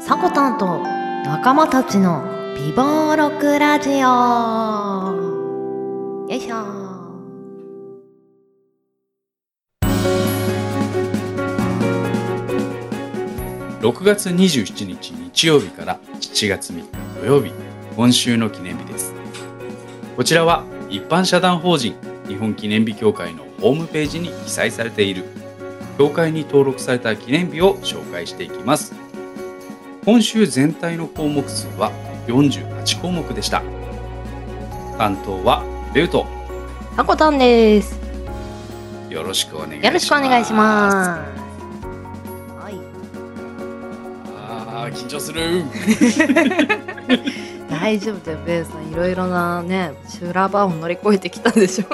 さこたんと仲間たちの美貌録ラジオ。よいしょ。 6月27日日曜日から7月3日土曜日、今週の記念日です。こちらは一般社団法人日本記念日協会のホームページに記載されている協会に登録された記念日を紹介していきます。今週全体の項目数は48項目でした。担当はレウト、 さこたんです。 よろしくお願いします。 よろしくお願いします。 緊張する大丈夫だよ、ベイさん。いろいろなね修羅場を乗り越えてきたでしょ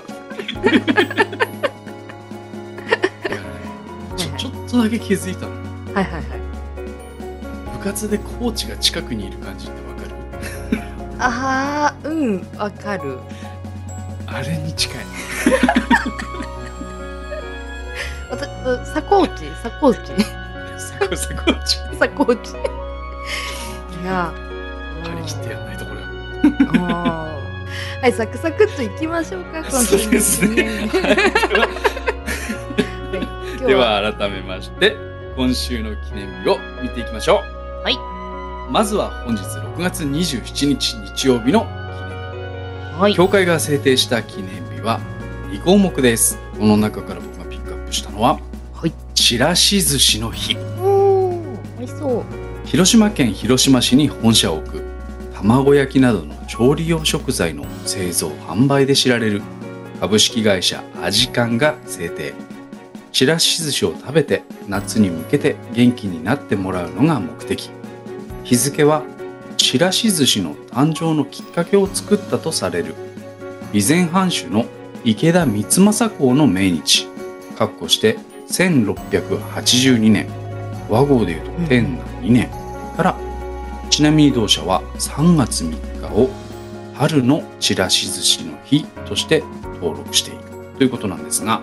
ちょっとだけ気づいたの。 はいはいはい。 部活でコーチが近くにいる感じってわかる？ ああ、わかる。 あれに近いサコーチサコーチいや、 張り切ってやんないとこれはい、サクサクっといきましょうか。 そうですねでは改めまして今週の記念日を見ていきましょう。 はい。 まずは本日6月27日日曜日の記念日、はい、協会が制定した記念日は2項目です。この中から僕がピックアップしたのは、はい、ちらし寿司の日。 美味しそう。 広島県広島市に本社を置く卵焼きなどの調理用食材の製造販売で知られる株式会社アジカンが制定。ちらし寿司を食べて夏に向けて元気になってもらうのが目的。日付はちらし寿司の誕生のきっかけを作ったとされる備前藩主の池田光政公の命日（1682年）和合でいうと天南2年から、ちなみに同社は3月3日を春のちらし寿司の日として登録しているということなんですが、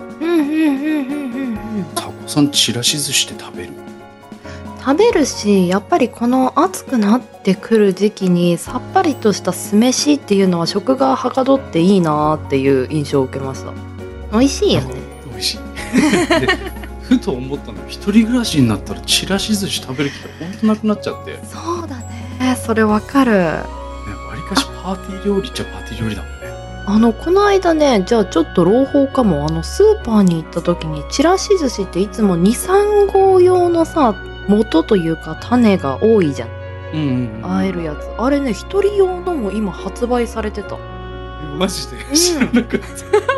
さこさん、ちらし寿司って食べるし、やっぱりこの暑くなってくる時期にさっぱりとした酢飯っていうのは食がはかどっていいなっていう印象を受けました。美味しいよね。 美味しいふと思ったのは、一人暮らしになったらちらし寿司食べる機会ほんとなくなっちゃって。 そうだね、それわかる。 わりかしパーティー料理っちゃパーティー料理だもんね。 この間ね、じゃあちょっと朗報かも。スーパーに行った時にちらし寿司っていつも 2,3 合用のさ元というか種が多いじゃん。あえるやつ、あれね、一人用のも今発売されてた。 マジで知らなかった、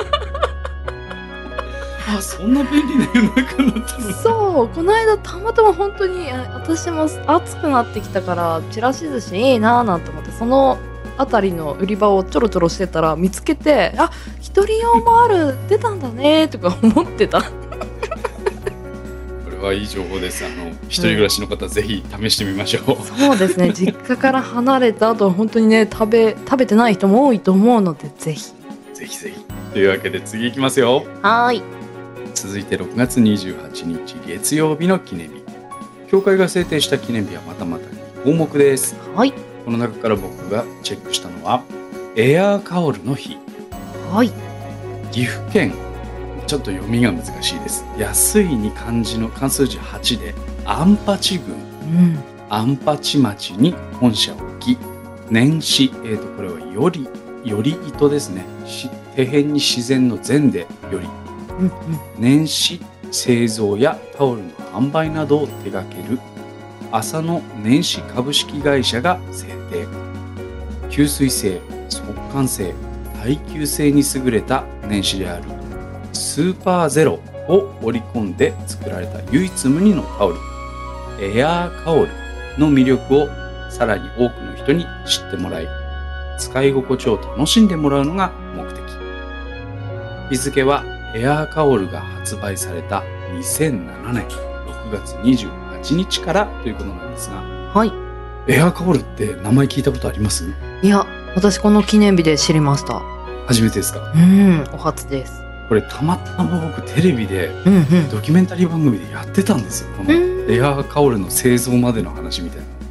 あ、そんな便利な世の中になったの。そう、 この間たまたま本当に私も暑くなってきたからちらし寿司いいなーなんて思って、そのあたりの売り場をちょろちょろしてたら見つけて、あ、一人用もある、出たんだねとか思ってたこれはいい情報です。一人暮らしの方、ぜひ試してみましょう。 そうですね、実家から離れた後本当にね、食べてない人も多いと思うので、ぜひというわけで次いきますよ。 はい。 続いて6月28日月曜日の記念日。協会が制定した記念日はまたまた2項目です。 はい。 この中から僕がチェックしたのはエアーカオルの日。 はい。 岐阜県、ちょっと読みが難しいです。安いに漢字の漢数字8で安八郡、安八町に本社を置き、年始、これはより糸ですね。底辺に自然の善でより、年始製造やタオルの販売などを手掛ける浅野年始株式会社が制定。吸水性、速乾性、耐久性に優れた年始であるスーパーゼロを織り込んで作られた唯一無二のタオル、エアーカオルの魅力をさらに多くの人に知ってもらい、使い心地を楽しんでもらうのが目的。日付はエアーカオルが発売された2007年6月28日からということなんですが、 はい。 エアーカオルって名前聞いたことあります？ いや、私この記念日で知りました。 初めてですか？ お初です。 これたまたま僕テレビでドキュメンタリー番組でやってたんですよ。このエアーカオルの製造までの話みたいな。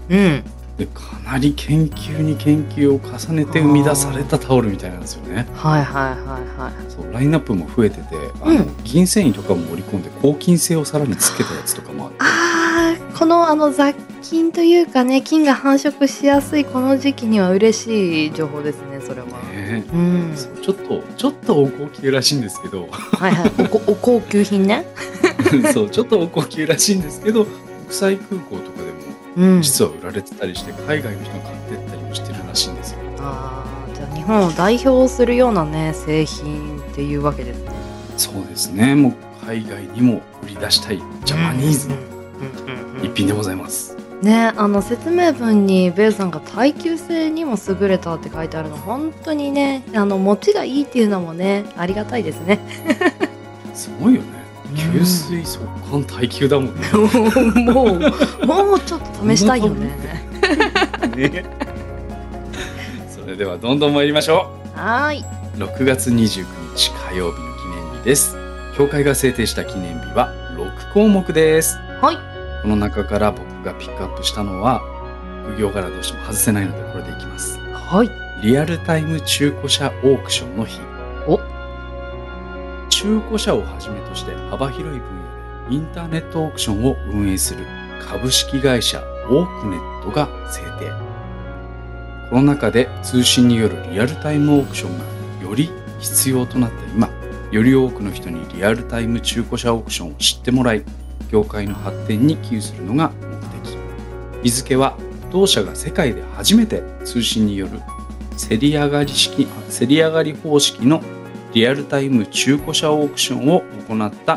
うん。 でかなり研究に研究を重ねて生み出されたタオルみたいなんですよね。 はいはいはいはい。 そうラインナップも増えてて、銀繊維とかも盛り込んで抗菌性をさらにつけたやつとかもあって、 この雑菌というかね、菌が繁殖しやすいこの時期には嬉しい情報ですね、それは。 ね、そうちょっとお高級らしいんですけどはいはい、お高級品ねそうちょっとお高級らしいんですけど、国際空港とかでも実は売られてたりして、海外の人が買ってったりもしてるらしいんですよ。 じゃあ日本を代表するようなね製品っていうわけですね。 そうですね、もう海外にも売り出したいジャパニーズの一品でございます。 ね、説明文にベイさんが耐久性にも優れたって書いてあるの本当にね、持ちがいいっていうのもねありがたいですね。 すごいよね。吸水速乾耐久だもんね。 もうちょっと試したいよね。 ね。それではどんどん参りましょう。 はい。 6月29日火曜日の記念日です。協会が制定した記念日は6項目です。 はい。 この中から僕がピックアップしたのは副業からどうしても外せないのでこれでいきます。 はい。 リアルタイム中古車オークションの日。中古車をはじめとして幅広い分野でインターネットオークションを運営する株式会社オークネットが制定。コロナ禍で通信によるリアルタイムオークションがより必要となった今、より多くの人にリアルタイム中古車オークションを知ってもらい、業界の発展に寄与するのが目的。日付は同社が世界で初めて通信による競り上がり方式のリアルタイム中古車オークションを行った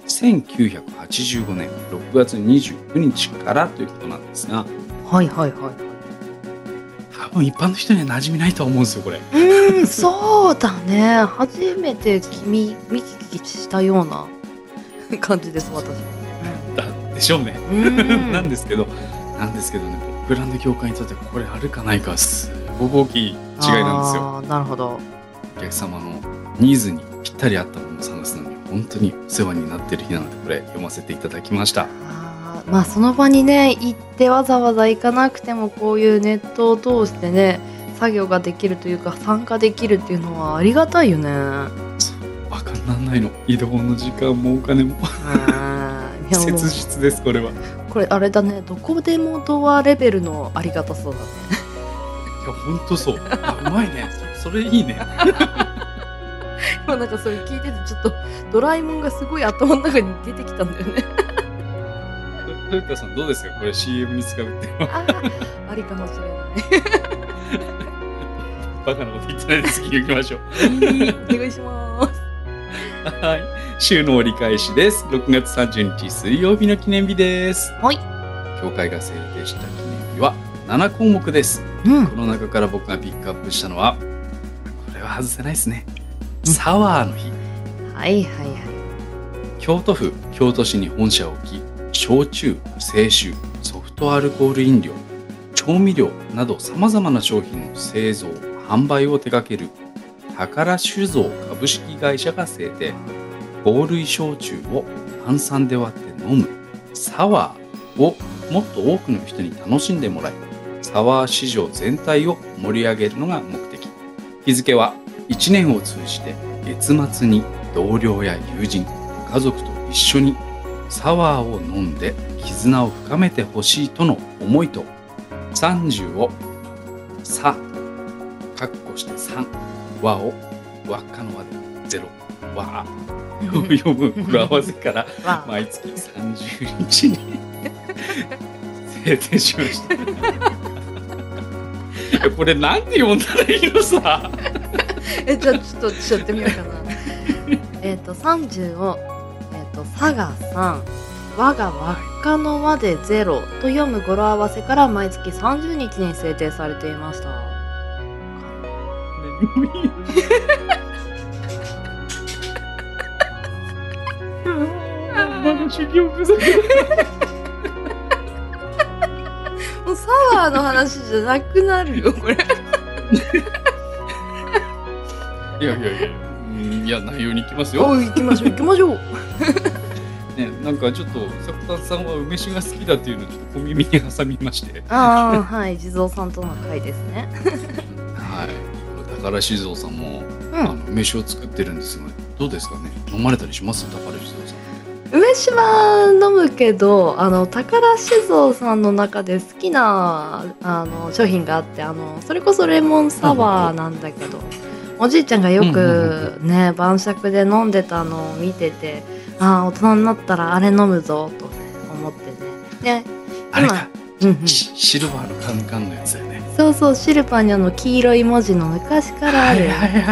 1985年6月29日からということなんですが、 はいはいはい。 多分一般の人には馴染みないと思うんですよこれ。 そうだね。初めて見聞きしたような感じです私。 だでしょうね。なんですけどね、ブランド業界にとってこれあるかないかすごく大きい違いなんですよ。 なるほど。 お客様のニーズにぴったり合ったものを探すのに本当にお世話になっている日なのでこれ読ませていただきました。 まあその場にね行ってわざわざ行かなくてもこういうネットを通してね作業ができるというか参加できるっていうのはありがたいよね。 そうバカにならないの、移動の時間もお金も切実です。これあれだね、どこでもドアレベルのありがたそうだね。 いや本当そう。うまいね。それいいね。 今なんかそれ聞いててちょっとドラえもんがすごい頭の中に出てきたんだよね。 トヨタさんどうですかこれ CM に使うっていうのは。 ありかもしれない。 バカなこと言ってないで次行きましょう。 お願いします。 はい、週の折り返しです。6月30日水曜日の記念日です。 はい。 協会が制定した記念日は7項目です。この中から僕がピックアップしたのはこれは外せないですね。サワーの日。 はいはいはい。 京都府京都市に本社を置き、焼酎、清酒、ソフトアルコール飲料、調味料などさまざまな商品の製造・販売を手掛ける宝酒造株式会社が制定。合類焼酎を炭酸で割って飲むサワーをもっと多くの人に楽しんでもらい、サワー市場全体を盛り上げるのが目的。日付は1年を通じて月末に同僚や友人、家族と一緒にサワーを飲んで絆を深めてほしいとの思いと、30をさ、かっこして3、和を輪っかの輪で0、和を読む語呂合わせから毎月30日に制定しました。これなんて読んだらいいのさ。 じゃあちょっとやってみようかな。30をさが3、和が輪っかの輪で0と読む語呂合わせから毎月30日に制定されていました。 修行不足。 もうサワーの話じゃなくなるよこれ。 いや内容に行きますよ。 行きましょう。 ね、 なんかちょっと迫田さんは梅酒が好きだっていうのをちょっと小耳に挟みまして。 はい、地蔵さんとの会ですね。 はい、宝酒造さんも、梅酒を作ってるんですが、どうですかね、飲まれたりします？宝酒造さん。 梅酒は飲むけど、宝酒造さんの中で好きな商品があって、それこそレモンサワーなんだけど、おじいちゃんがよくね、晩酌で飲んでたのを見てて、大人になったらあれ飲むぞと思ってね。で、 あれか、シルバーのカンのやつだよね。 そうそう、シルバーに黄色い文字の昔からある。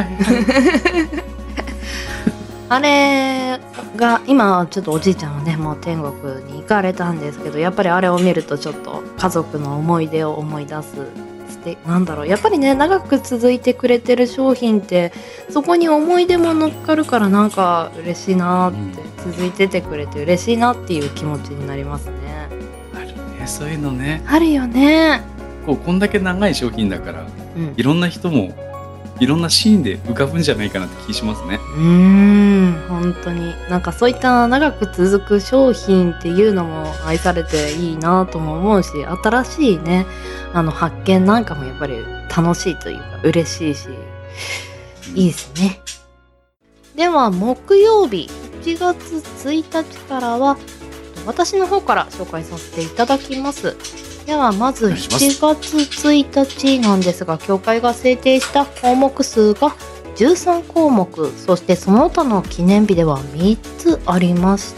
あれが今ちょっとおじいちゃんはね、もう天国に行かれたんですけど、やっぱりあれを見るとちょっと家族の思い出を思い出す。なんだろう、やっぱりね、長く続いてくれてる商品ってそこに思い出も乗っかるから、なんか嬉しいなって、続いててくれて嬉しいなっていう気持ちになりますね。 あるね、そういうのね。 あるよね。 こんだけ長い商品だから、いろんな人もいろんなシーンで浮かぶんじゃないかなって気しますね。 本当になんかそういった長く続く商品っていうのも愛されていいなとも思うし、新しいね発見なんかもやっぱり楽しいというか嬉しいし、いいですね。では木曜日7月1日からは私の方から紹介させていただきます。ではまず7月1日なんですが、協会が制定した項目数が13項目、そしてその他の記念日では3つありました。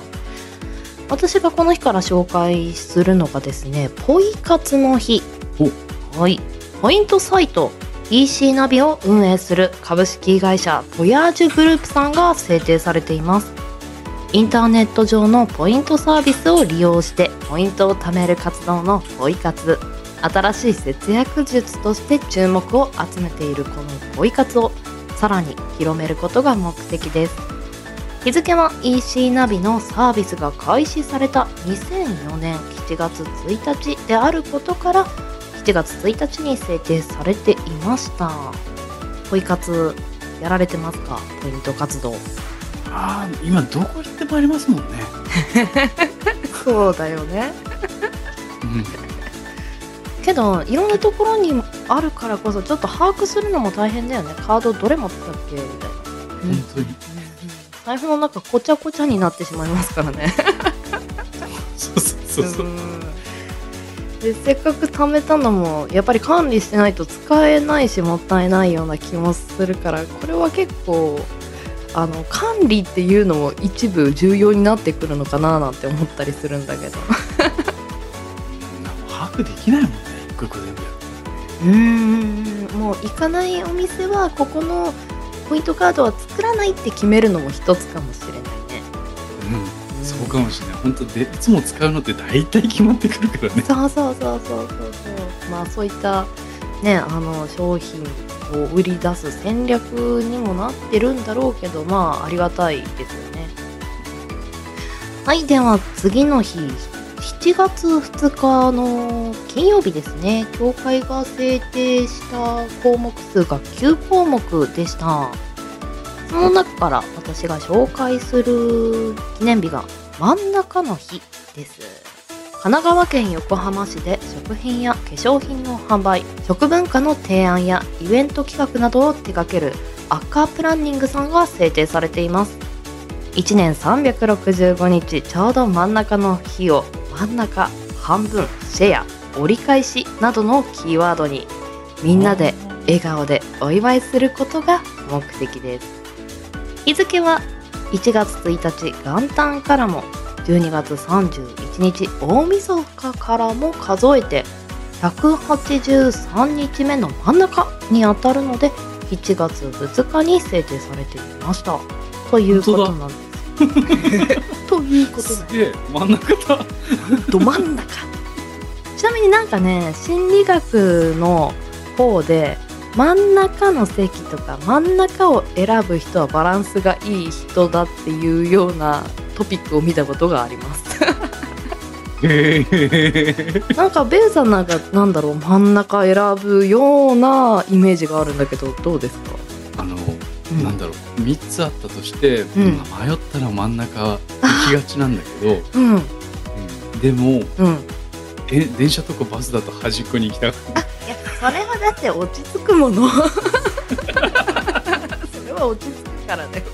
私がこの日から紹介するのがですね、ポイ活の日。はい、ポイントサイト EC ナビを運営する株式会社ボヤージュグループさんが制定されています。インターネット上のポイントサービスを利用してポイントを貯める活動のポイ活、新しい節約術として注目を集めているこのポイ活をさらに広めることが目的です。日付は EC ナビのサービスが開始された2004年7月1日であることから7月1日に制定されていました。ポイ活やられてますか？ポイント活動。 今どこ行ってもありますもんね。 そうだよね。けどいろんなところにあるからこそちょっと把握するのも大変だよね。カードどれ持ってたっけみたいな。 本当に。 財布の中こちゃこちゃになってしまいますからね。 そうでせっかく貯めたのもやっぱり管理してないと使えないし、もったいないような気もするから、これは結構管理っていうのも一部重要になってくるのかななんて思ったりするんだけど。 把握できないもんね、一個一個全部。 もう行かないお店はここのポイントカードは作らないって決めるのも一つかもしれないね。 そうかもしれない。本当でいつも使うのって大体決まってくるからね。 そうまあそういったね、商品を売り出す戦略にもなってるんだろうけど、まあありがたいですよね。はい、では次の日7月2日の金曜日ですね、協会が制定した項目数が9項目でした。その中から私が紹介する記念日が真ん中の日です。神奈川県横浜市で食品や化粧品の販売、食文化の提案やイベント企画などを手掛けるアッカープランニングさんが制定されています。1年365日ちょうど真ん中の日を真ん中、半分、シェア、折り返しなどのキーワードにみんなで笑顔でお祝いすることが目的です。日付は1月1日元旦からも12月31日大晦日からも数えて183日目の真ん中に当たるので7月2日に制定されていましたということなんです。ということすげえ真ん中だ。 ど真ん中。ちなみになんかね、心理学の方で真ん中の席とか真ん中を選ぶ人はバランスがいい人だっていうようなトピックを見たことがあります。なんかベウさんなんかなんだろう、真ん中選ぶようなイメージがあるんだけどどうですか？ なんだろう、3つあったとして、迷ったら真ん中行きがちなんだけど、でも、電車とかバスだと端っこに行きたかった。 いや、それはだって落ち着くもの。それは落ち着くからだよ。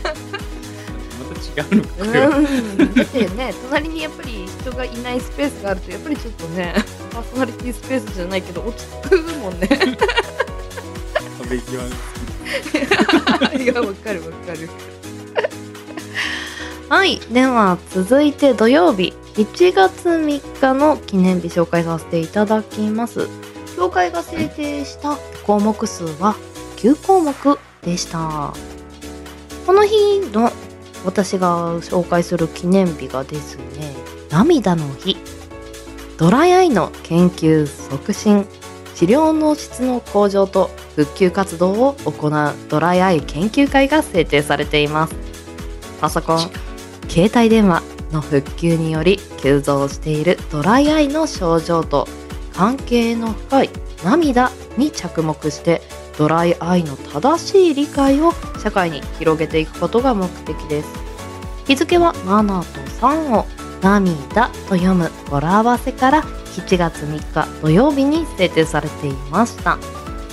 また違うのか。 だってね、隣にやっぱり人がいないスペースがあると、やっぱりちょっとね、パーソナリティスペースじゃないけど落ち着くもんね。 壁際いや、わかる。はい、では続いて土曜日1月3日の記念日紹介させていただきます。協会が制定した項目数は9項目でした。この日の私が紹介する記念日がですね、涙の日、ドライアイの研究促進、治療の質の向上と復旧活動を行うドライアイ研究会が制定されています。パソコン、携帯電話の復旧により急増しているドライアイの症状と関係の深い涙に着目して、ドライアイの正しい理解を社会に広げていくことが目的です。日付は7と3を涙と読む語呂合わせから7月3日土曜日に制定されていました。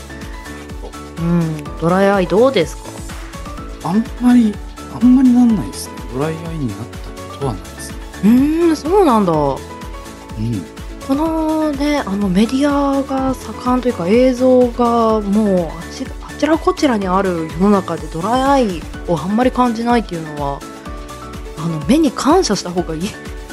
ドライアイどうですか？ あんまりなんないですね。ドライアイになったことはないですね。 そうなんだ。このね、メディアが盛んというか、映像がもうあちらこちらにある世の中でドライアイをあんまり感じないっていうのは、目に感謝した方がいい。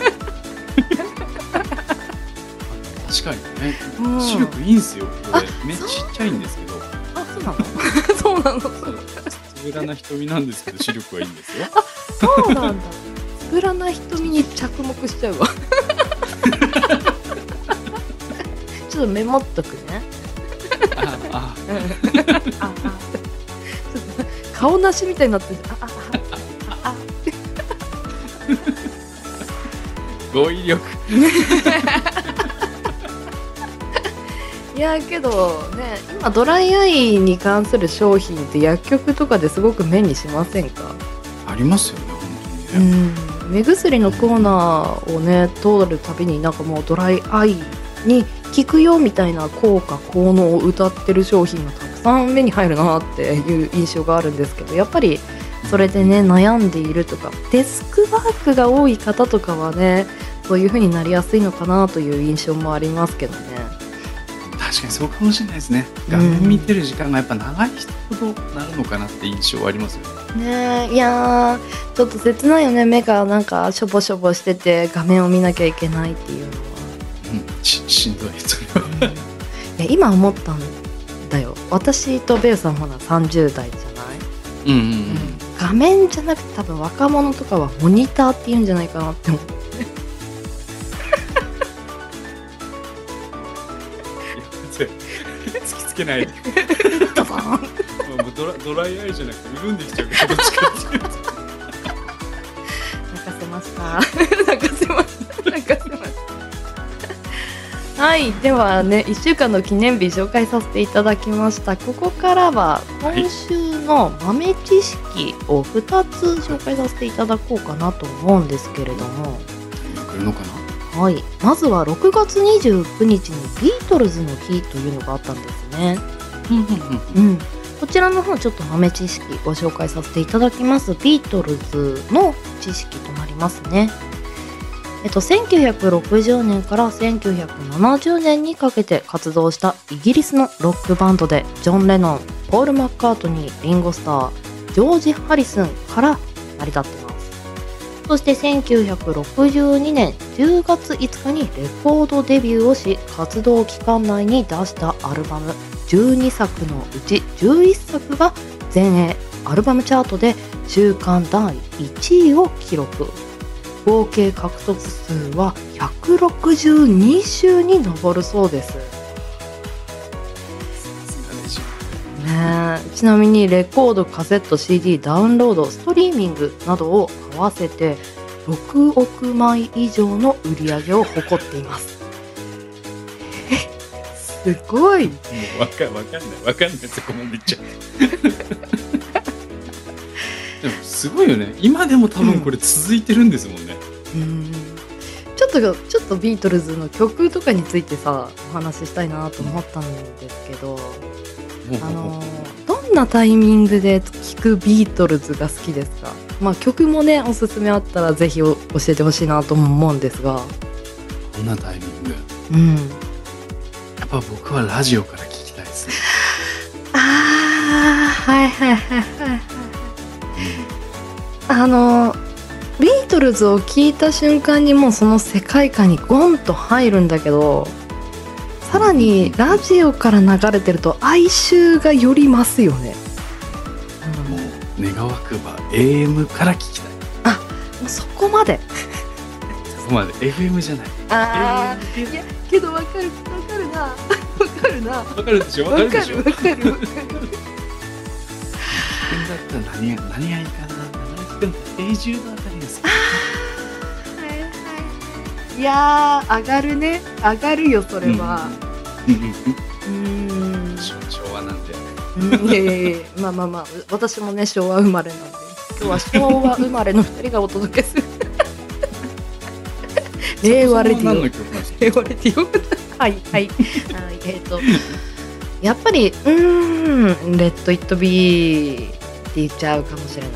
確かにね、視力いいんすよ。これ目ちっちゃいんですけど。 そうなの？そうなの。 つぶらな瞳なんですけど視力はいいんですよ。 そうなんだ。つぶらな瞳に着目しちゃうわ。ちょっとメモっとくね。顔なしみたいになってる。 語彙力。 いやけどね、今ドライアイに関する商品って薬局とかですごく目にしませんか？ ありますよね、本当にね。 目薬のコーナーをね通るたびに、なんかもうドライアイに効くよみたいな効果効能を謳ってる商品がたくさん目に入るなっていう印象があるんですけど、やっぱりそれでね悩んでいるとか、デスクワークが多い方とかはね、そういう風になりやすいのかなという印象もありますけどね。 確かにそうかもしれないですね。画面見てる時間がやっぱ長い人ほどなるのかなって印象はありますよね。いやちょっと切ないよね。目がなんかしょぼしょぼしてて画面を見なきゃいけないっていうのは、 しんどいそれは。 いや今思ったんだよ。私とベウさんまだ30代じゃない？画面じゃなくて多分若者とかはモニターって言うんじゃないかなって思って。 突きつけないで。 ドバーン。 ドライアイじゃなくて潤んできちゃうから、どっちかっていうと。 泣かせました。泣かせました。はい、ではね、1週間の記念日紹介させていただきました。ここからは今週の豆知識を2つ紹介させていただこうかなと思うんですけれども。 今来るのかな？ はい、まずは6月29日にビートルズの日というのがあったんですね。こちらの方ちょっと豆知識ご紹介させていただきます。ビートルズの知識となりますね。1960年から1970年にかけて活動したイギリスのロックバンドで、ジョン・レノン、ポール・マッカートニー、リンゴ・スター、ジョージ・ハリスンから成り立っています。そして1962年10月5日にレコードデビューをし、活動期間内に出したアルバム12作のうち11作が全英アルバムチャートで週間第1位を記録。合計獲得数は162週に上るそうです。ちなみにレコード、カセット、CD、ダウンロード、ストリーミングなどを合わせて6億枚以上の売り上げを誇っています。すごい。 もうわかんないそこまで言っちゃう。 すごいよね。今でも多分これ続いてるんですもんね。 ちょっとビートルズの曲とかについてさお話ししたいなと思ったんですけど、どんなタイミングで聴くビートルズが好きですか？まあ曲もねおすすめあったらぜひ教えてほしいなとも思うんですが。 どんなタイミング？やっぱ僕はラジオから聴きたいですね。 はいはいはいはいはい。ビートルズを聴いた瞬間にもうその世界観にゴンと入るんだけど、さらにラジオから流れてると哀愁がより増すよね。 もう願わくば AM から聴きたい。 もうそこまでそこまで FM じゃない。 いやけどわかるなわかるでしょ。わかるでしょ。 わかるだったら何がいいかな。永住のあたりが好き。 いやー上がるよそれは。 昭和なんで。まあ私もね昭和生まれなんで今日は昭和生まれの2人がお届けする令和レディオ。はいやっぱりレッド・イット・ビーって言っちゃうかもしれない。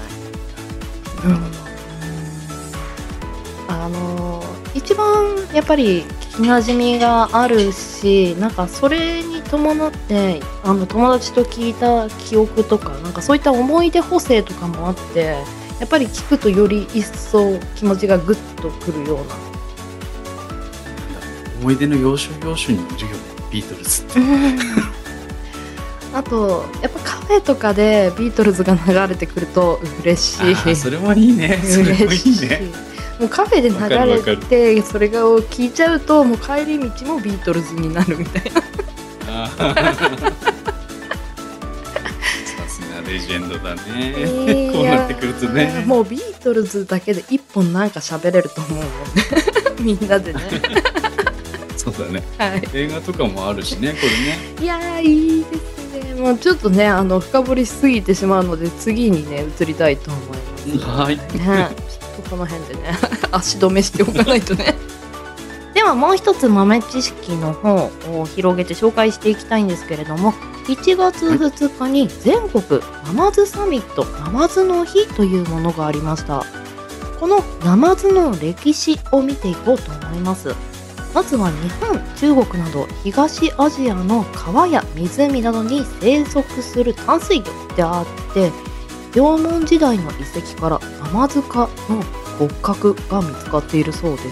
一番やっぱり聞きなじみがあるし、なんかそれに伴って友達と聞いた記憶とかなんかそういった思い出補正とかもあって、やっぱり聞くとより一層気持ちがグッとくるような思い出の要所要所にいるよねビートルズって。 あとやっぱカフェとかでビートルズが流れてくると嬉しい。 それもいいね。それもいいね。 もうカフェで流れてそれが聞いちゃうともう帰り道もビートルズになるみたいな。 さすがレジェンドだね。こうなってくるとね。 もうビートルズだけで一本なんか喋れると思うもんね。みんなでね。 そうだね、はい、映画とかもあるしねこれね。 いやいいですね。もうちょっとね深掘りしすぎてしまうので次にね移りたいと思います。 はい、 ね、ちょっとこの辺でね足止めしておかないとね。ではもう一つ豆知識の方を広げて紹介していきたいんですけれども、1月2日に全国ナマズサミットナマズの日というものがありました。このナマズの歴史を見ていこうと思います。まずは日本、中国など東アジアの川や湖などに生息する淡水魚であって、縄文時代の遺跡からナマズ科の骨格が見つかっているそうです。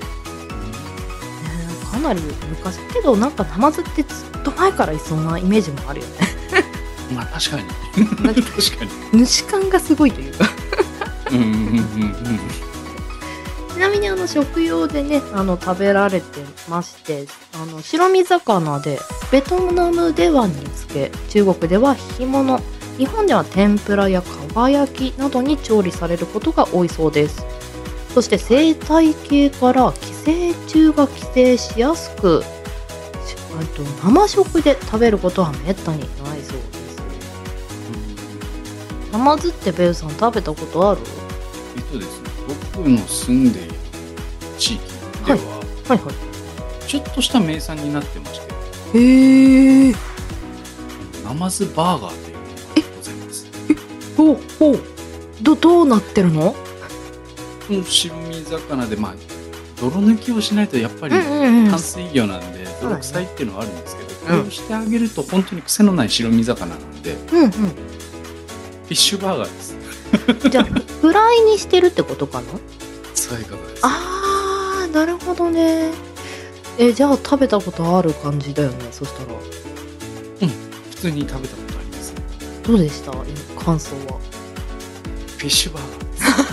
かなり昔けどなんかナマズってずっと前からいそうなイメージもあるよね。 まあ確かに確かに主感がすごいというかちなみに食用でね食べられてまして、白身魚でベトナムでは煮付け、中国では干物、日本では天ぷらやかば焼きなどに調理されることが多いそうです。そして生態系から寄生虫が寄生しやすく、生食で食べることはめったにないそうです。ナマズってベウさん食べたことある？ ですね、僕の住んでいる地域では、ちょっとした名産になってまして、 へー、 ナマズバーガーというものがございます。 どうなってるの？ 白身魚で泥抜きをしないとやっぱり淡水魚なんで泥臭いっていうのはあるんですけど、これをしてあげると本当に癖のない白身魚なんで、フィッシュバーガーです。 じゃあフライにしてるってことかな？ そういうことです。 あー、なるほどね。じゃあ食べたことある感じだよね。そしたら普通に食べたことあります。どうでした？感想は。 フィッシュバーガー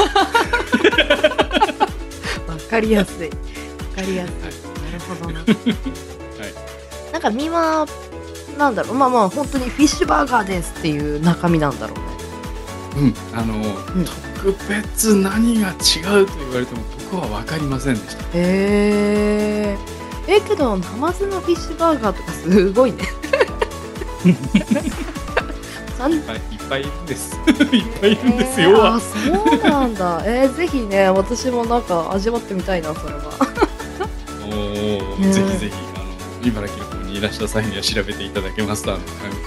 です。 わかりやすい。なるほどな。はい。なんか身はなんだろう、本当にフィッシュバーガーですっていう中身なんだろうね。 特別何が違うと言われても僕は分かりませんでした。 けどナマズのフィッシュバーガーとかすごいね。 ぱいいるんですいっぱいいるんですよ、 あ、そうなんだ。ぜひね、私もなんか味わってみたいな、それは。 ぜひぜひ茨城の方にいらした際には調べていただけますと、観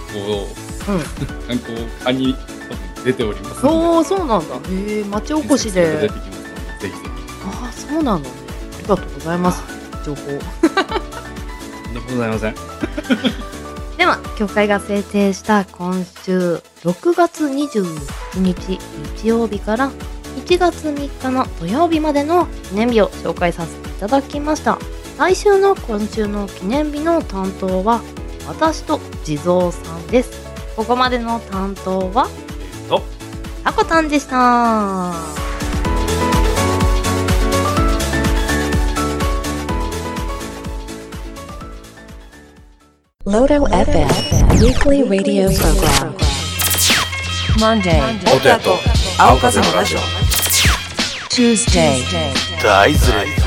光課に多分出ておりますので。 そうなんだ。町おこしで。 出てきますので、ぜひぜひ。 あ、そうなのね。ありがとうございます。情報。 とんでもございません。 では、協会が制定した今週6月27日日曜日から1月3日の土曜日までの記念日を紹介させていただきました。来週の今週の記念日の担当は私と地蔵さんです。ここまでの担当はタコタンでした。 Loto FM Weekly Radio Program Monday ポテト青風のラジオ Tuesday 大豆レディ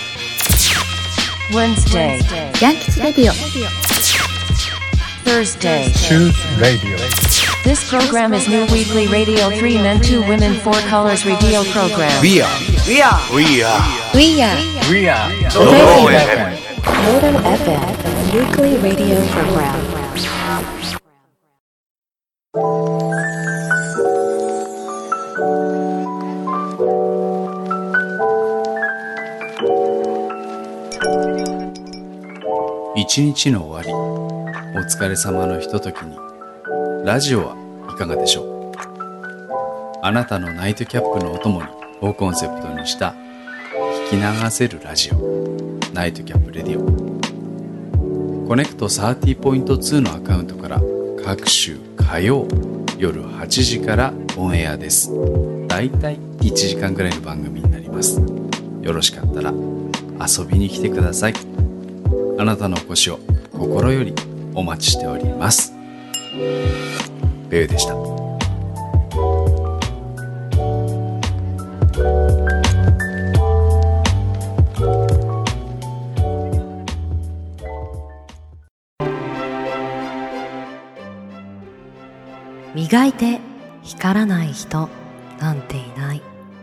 Wednesday ヤンキチレディオ Thursday Truth Radio. This program is new weekly radio 3 men 2 women 4 colors radio program We are We are We are We are We are Loto FM Loto FM Weekly Radio Program 一日の終わり、お疲れ様のひとときにラジオはいかがでしょう。あなたのナイトキャップのお供にをコンセプトにした聞き流せるラジオ、ナイトキャップレディオ。コネクト 30.2 のアカウントから各週火曜夜8時からオンエアです。だいたい1時間ぐらいの番組になります。よろしかったら遊びに来てください。あなたのお越しを心よりお待ちしております。ベウでした。 磨いて光らない人なんていない。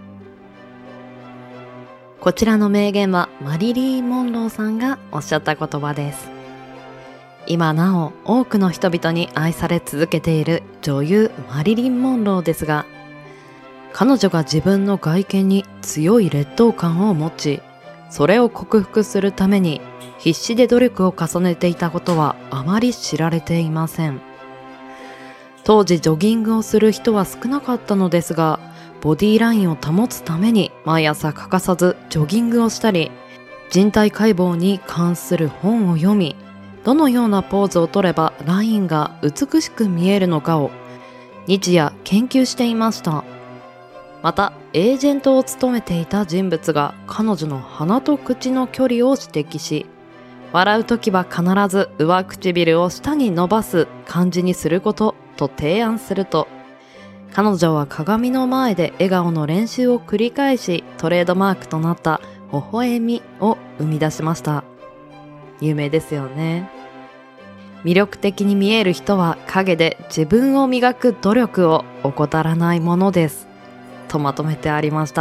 こちらの名言はマリリー・モンローさんがおっしゃった言葉です。今なお多くの人々に愛され続けている女優マリリン・モンローですが、彼女が自分の外見に強い劣等感を持ち、それを克服するために必死で努力を重ねていたことはあまり知られていません。当時ジョギングをする人は少なかったのですが、ボディラインを保つために毎朝欠かさずジョギングをしたり、人体解剖に関する本を読み、どのようなポーズを取ればラインが美しく見えるのかを日夜研究していました。またエージェントを務めていた人物が彼女の鼻と口の距離を指摘し、笑うときは必ず上唇を下に伸ばす感じにすることと提案すると、彼女は鏡の前で笑顔の練習を繰り返し、トレードマークとなった微笑みを生み出しました。有名ですよね。魅力的に見える人は陰で自分を磨く努力を怠らないものですとまとめてありました。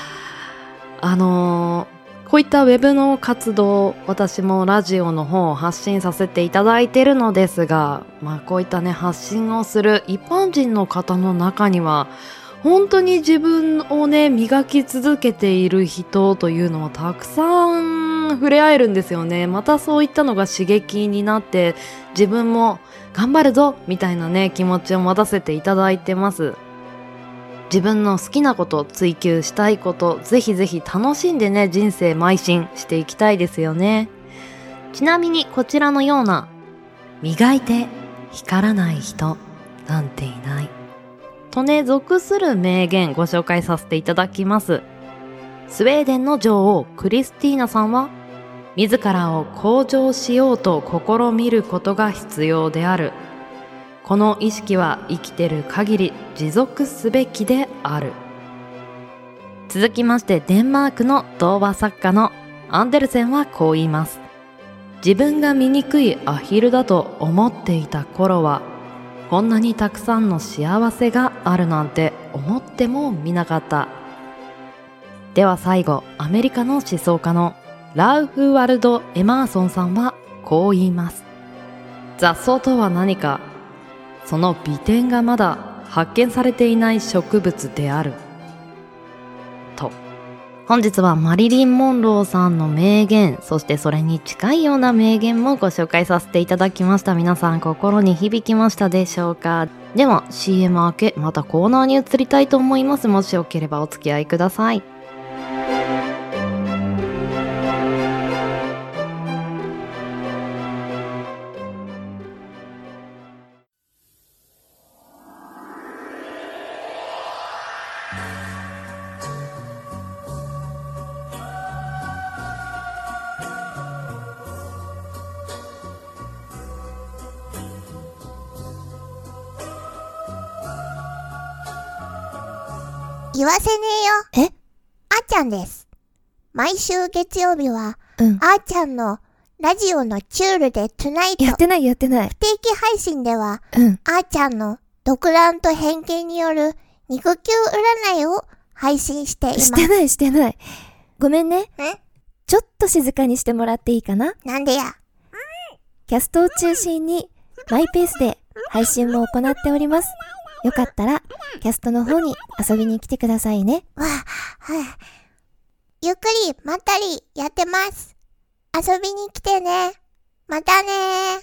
こういったウェブの活動、私もラジオの方を発信させていただいているのですが、こういったね発信をする一般人の方の中には本当に自分をね磨き続けている人というのはたくさん触れ合えるんですよね。またそういったのが刺激になって自分も頑張るぞみたいなね気持ちを持たせていただいてます。自分の好きなこと、追求したいこと、ぜひぜひ楽しんでね人生邁進していきたいですよね。ちなみにこちらのような磨いて光らない人なんていないとね属する名言ご紹介させていただきます。スウェーデンの女王クリスティーナさんは、自らを向上しようと試みることが必要である。この意識は生きてる限り持続すべきである。続きましてデンマークの童話作家のアンデルセンはこう言います。自分が醜いアヒルだと思っていた頃は、 こんなにたくさんの幸せがあるなんて思ってもみなかった。では最後、アメリカの思想家のラウフ・ワルド・エマーソンさんはこう言います。雑草とは何か、その美点がまだ発見されていない植物であると。本日はマリリン・モンローさんの名言、そしてそれに近いような名言もご紹介させていただきました。皆さん心に響きましたでしょうか。では CM 明け、またコーナーに移りたいと思います。もしよければお付き合いください。 言わせねえよ。あーちゃんです。毎週月曜日は、あーちゃんのラジオのチュールでトゥナイト。 やってない。不定期配信では、あーちゃんの独断と偏見による肉球占いを配信しています。 してない。ごめんね。ちょっと静かにしてもらっていいかな？ なんでや。 キャストを中心にマイペースで配信も行っております。よかったら、キャストの方に遊びに来てくださいね。 ゆっくり、まったりやってます。遊びに来てね。またね。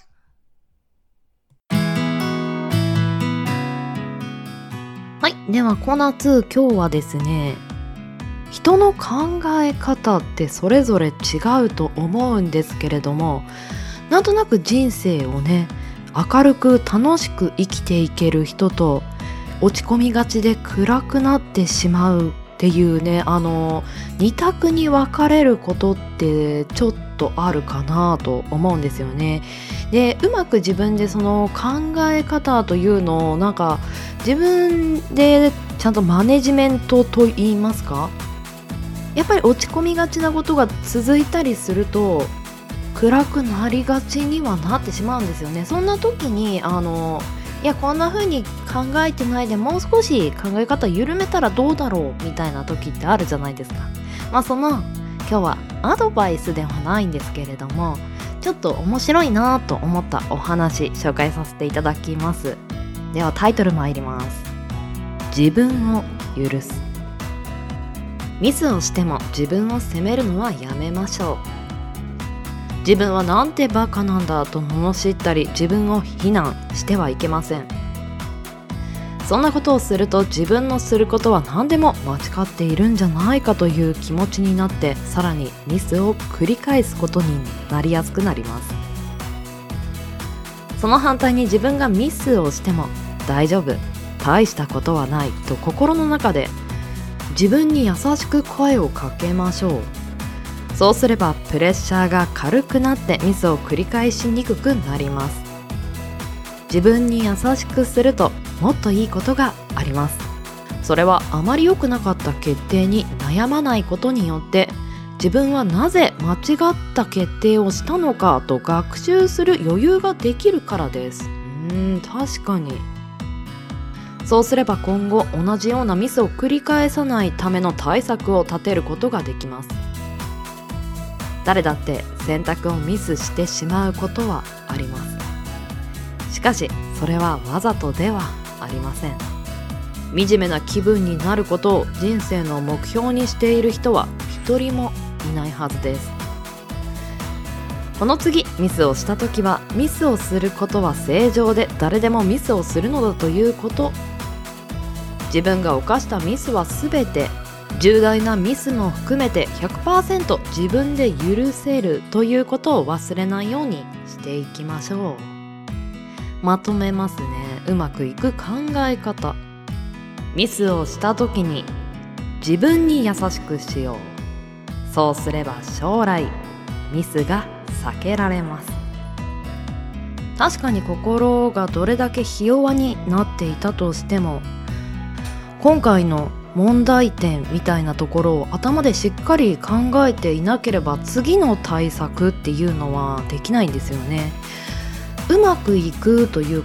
はい。ではコーナー2、今日はですね、人の考え方ってそれぞれ違うと思うんですけれども、なんとなく人生をね、明るく楽しく生きていける人と、落ち込みがちで暗くなってしまうっていうね、二択に分かれることってちょっとあるかなと思うんですよね。で、うまく自分でその考え方というのをなんか自分でちゃんとマネジメントと言いますか、やっぱり落ち込みがちなことが続いたりすると暗くなりがちにはなってしまうんですよね。そんな時にいや、こんな風に考えてないでもう少し考え方緩めたらどうだろうみたいな時ってあるじゃないですか。その今日はアドバイスではないんですけれども、ちょっと面白いなと思ったお話紹介させていただきます。ではタイトル参ります。自分を許す。ミスをしても自分を責めるのはやめましょう。自分はなんてバカなんだと罵ったり自分を非難してはいけません。そんなことをすると自分のすることは何でも間違っているんじゃないかという気持ちになって、さらにミスを繰り返すことになりやすくなります。その反対に自分がミスをしても大丈夫、大したことはないと心の中で自分に優しく声をかけましょう。そうすればプレッシャーが軽くなってミスを繰り返しにくくなります。自分に優しくするともっといいことがあります。それはあまり良くなかった決定に悩まないことによって自分はなぜ間違った決定をしたのかと学習する余裕ができるからです。確かに。そうすれば今後同じようなミスを繰り返さないための対策を立てることができます。誰だって選択をミスしてしまうことはあります。しかしそれはわざとではありません。惨めな気分になることを人生の目標にしている人は一人もいないはずです。この次ミスをした時は、ミスをすることは正常で誰でもミスをするのだということ。自分が犯したミスはすべて、重大なミスも含めて 100% 自分で許せるということを忘れないようにしていきましょう。まとめますね。うまくいく考え方。ミスをした時に自分に優しくしよう。そうすれば将来ミスが避けられます。確かに心がどれだけひ弱になっていたとしても、今回の問題点みたいなところを頭でしっかり考えていなければ次の対策っていうのはできないんですよね。うまくいくというか、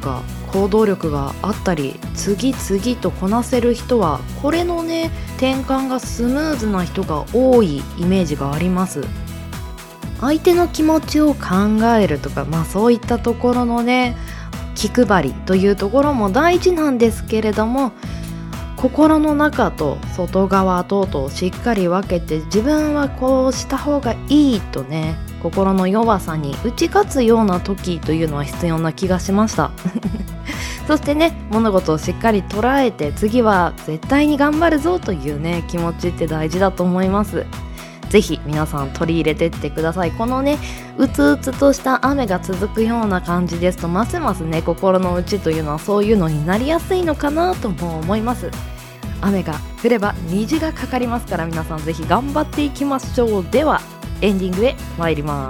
行動力があったり次々とこなせる人はこれのね転換がスムーズな人が多いイメージがあります。相手の気持ちを考えるとか、そういったところのね気配りというところも大事なんですけれども、心の中と外側としっかり分けて自分はこうした方がいいとね心の弱さに打ち勝つような時というのは必要な気がしましたそしてね物事をしっかり捉えて次は絶対に頑張るぞというね気持ちって大事だと思います。ぜひ皆さん取り入れてってください。このねうつうつとした雨が続くような感じですとますますね心の内というのはそういうのになりやすいのかなとも思います。雨が降れば虹がかかりますから皆さんぜひ頑張っていきましょう。ではエンディングへ参ります。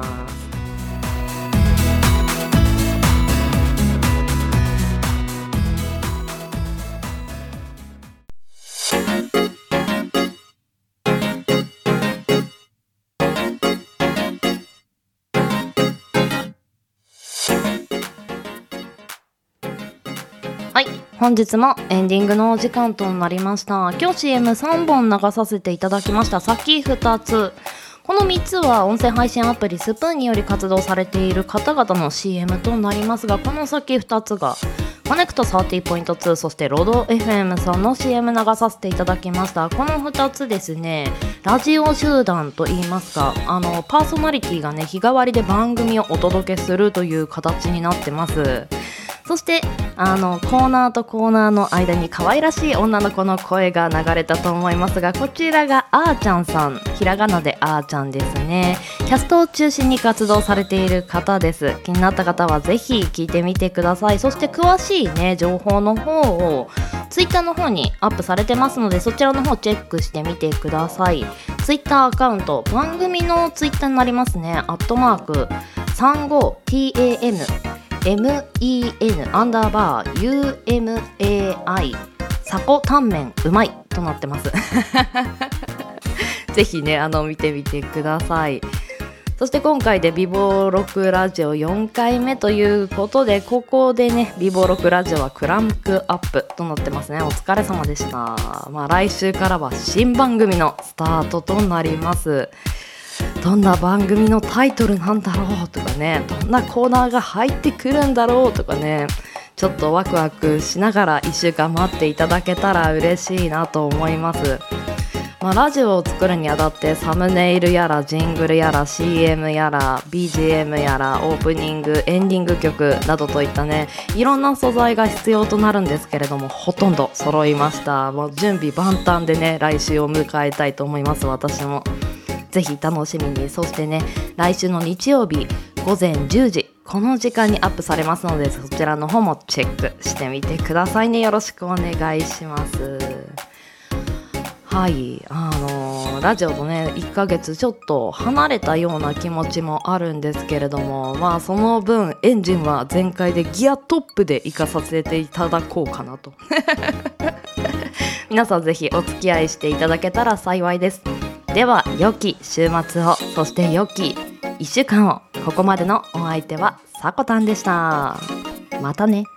はい、本日もエンディングのお時間となりました。今日 CM3 本流させていただきました。先2つ、この3つは音声配信アプリスプーンにより活動されている方々の CM となりますが、この先2つがコネクト 30.2 そしてロード FM さんの CM 流させていただきました。この2つですね、ラジオ集団といいますか、パーソナリティがね日替わりで番組をお届けするという形になってます。そしてコーナーとコーナーの間に可愛らしい女の子の声が流れたと思いますが、こちらがあーちゃんさん、ひらがなであーちゃんですね。キャストを中心に活動されている方です。気になった方はぜひ聞いてみてください。そして詳しいね情報の方をツイッターの方にアップされてますので、そちらの方チェックしてみてください。ツイッターアカウント、番組のツイッターになりますね。@35TANMEN_UMAI さこタンメンうまいとなってますぜひね見てみてください。そして今回で美貌録ラジオ4回目ということで、ここでね美貌録ラジオはクランクアップとなってますね。お疲れ様でした。来週からは新番組のスタートとなります。どんな番組のタイトルなんだろうとかね、どんなコーナーが入ってくるんだろうとかね、ちょっとワクワクしながら1週間待っていただけたら嬉しいなと思います。ラジオを作るにあたってサムネイルやらジングルやら CM やら BGM やらオープニングエンディング曲などといったねいろんな素材が必要となるんですけれども、ほとんど揃いました。もう準備万端でね来週を迎えたいと思います。私もぜひ楽しみに。そしてね来週の日曜日午前10時この時間にアップされますので、そちらの方もチェックしてみてくださいね。よろしくお願いします。はい、ラジオとね1ヶ月ちょっと離れたような気持ちもあるんですけれども、その分エンジンは全開でギアトップで行かさせていただこうかなと皆さんぜひお付き合いしていただけたら幸いです。では良き週末を、そして良き1週間を。ここまでのお相手はさこたんでした。またね。